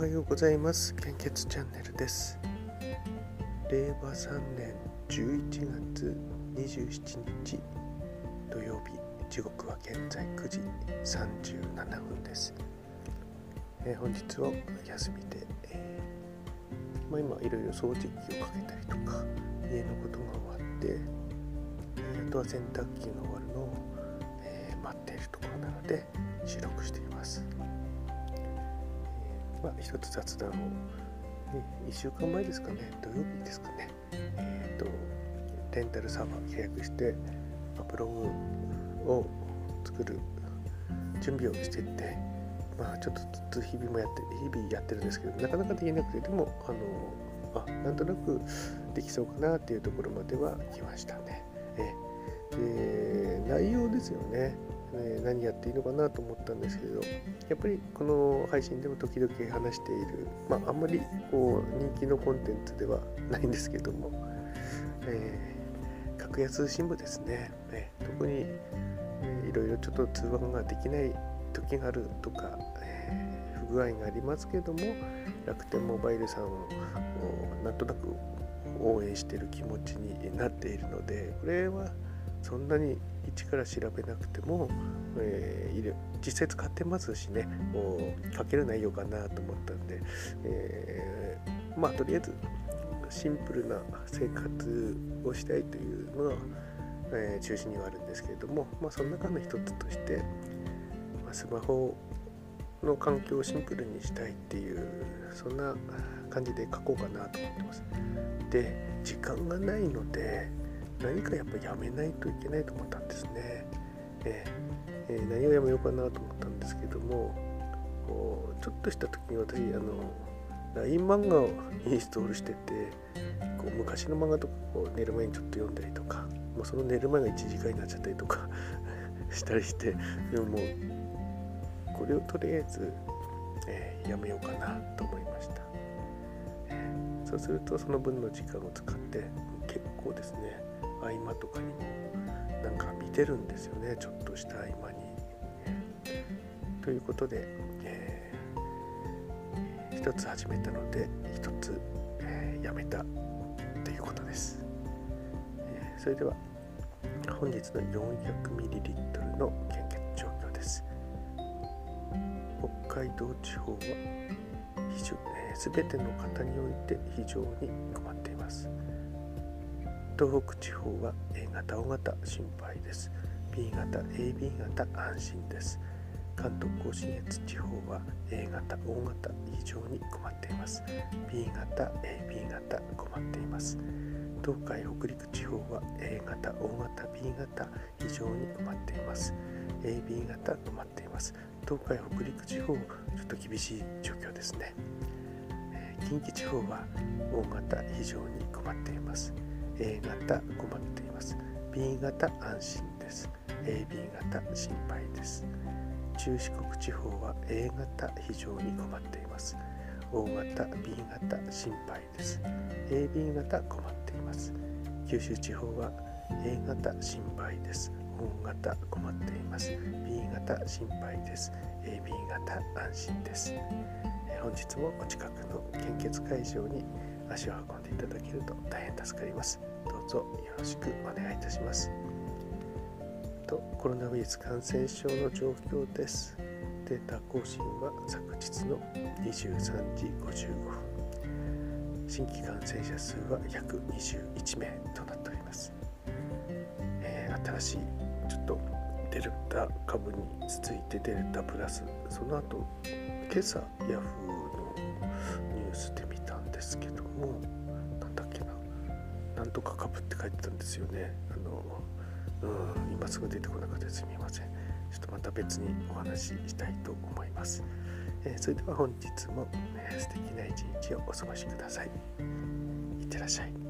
はようございます。献血チャンネルです。令和3年11月27日土曜日、時刻は現在9時37分です。本日は休みで、今いろいろ掃除機をかけたりとか家のことが終わって、あとは洗濯機が終わるのを、待っているところなので収録しています。一つ雑談を、1週間前ですかね、土曜日ですかね、レンタルサーバー契約してブログを作る準備をしていって、ちょっとずつ日々やってるんですけど、なかなかできなくて、でもなんとなくできそうかなっていうところまでは来ましたね。で、内容ですよね。何やっていいのかなと思ったんですけど、やっぱりこの配信でも時々話している、あんまり人気のコンテンツではないんですけども、格安新聞ですね。特に、いろいろちょっと通話ができない時があるとか、不具合がありますけども、楽天モバイルさんをなんとなく応援している気持ちになっているので、これはそんなに一から調べなくても、実際使ってますしね、書ける内容かなと思ったんで、とりあえずシンプルな生活をしたいというのが、中心にはあるんですけれども、その中の一つとして、スマホの環境をシンプルにしたいっていう、そんな感じで書こうかなと思ってます。で、時間がないので何かやっぱやめないといけないと思ったんですね。何をやめようかなと思ったんですけども、ちょっとした時に私LINE 漫画をインストールしてて、昔の漫画とか寝る前にちょっと読んだりとか、その寝る前が1時間になっちゃったりとかしたりして、でももうこれをとりあえず、やめようかなと思いました。そうするとその分の時間を使って結構ですね、合間とかにもなんか見てるんですよね、ちょっとした合間に。ということで、一つ始めたので一つ、やめたということです。それでは本日の 400ml の献血状況です。北海道地方は全ての方において非常に困っています。東北地方は A 型、O 型心配です。 B 型、AB 型安心です。関東甲信越地方は A 型、O 型非常に困っています。 B 型、AB 型困っています。東海北陸地方は A 型、O 型、B 型非常に困っています。 AB 型困っています。東海北陸地方ちょっと厳しい状況ですね。近畿地方は O 型非常に困っています。 A 型困っています。 B 型安心です。 AB 型心配です。中四国地方は A 型非常に困っています。 O 型 B 型心配です。 AB 型困っています。九州地方は A 型心配です。 O 型困っています。 B 型心配です。 AB 型安心です。本日もお近くの献血会場に足を運んでいただけると大変助かります。どうぞよろしくお願いいたします。コロナウイルス感染症の状況です。データ更新は昨日の23時55分。新規感染者数は121名となっております。新しいちょっとデルタ株に続いてデルタプラス、その後今朝ヤフーのニュースで見たんですけども、なんとか株って書いてたんですよね。今すぐ出てこなくてすみません。ちょっとまた別にお話ししたいと思います。それでは本日も、素敵な一日をお過ごしください。いってらっしゃい。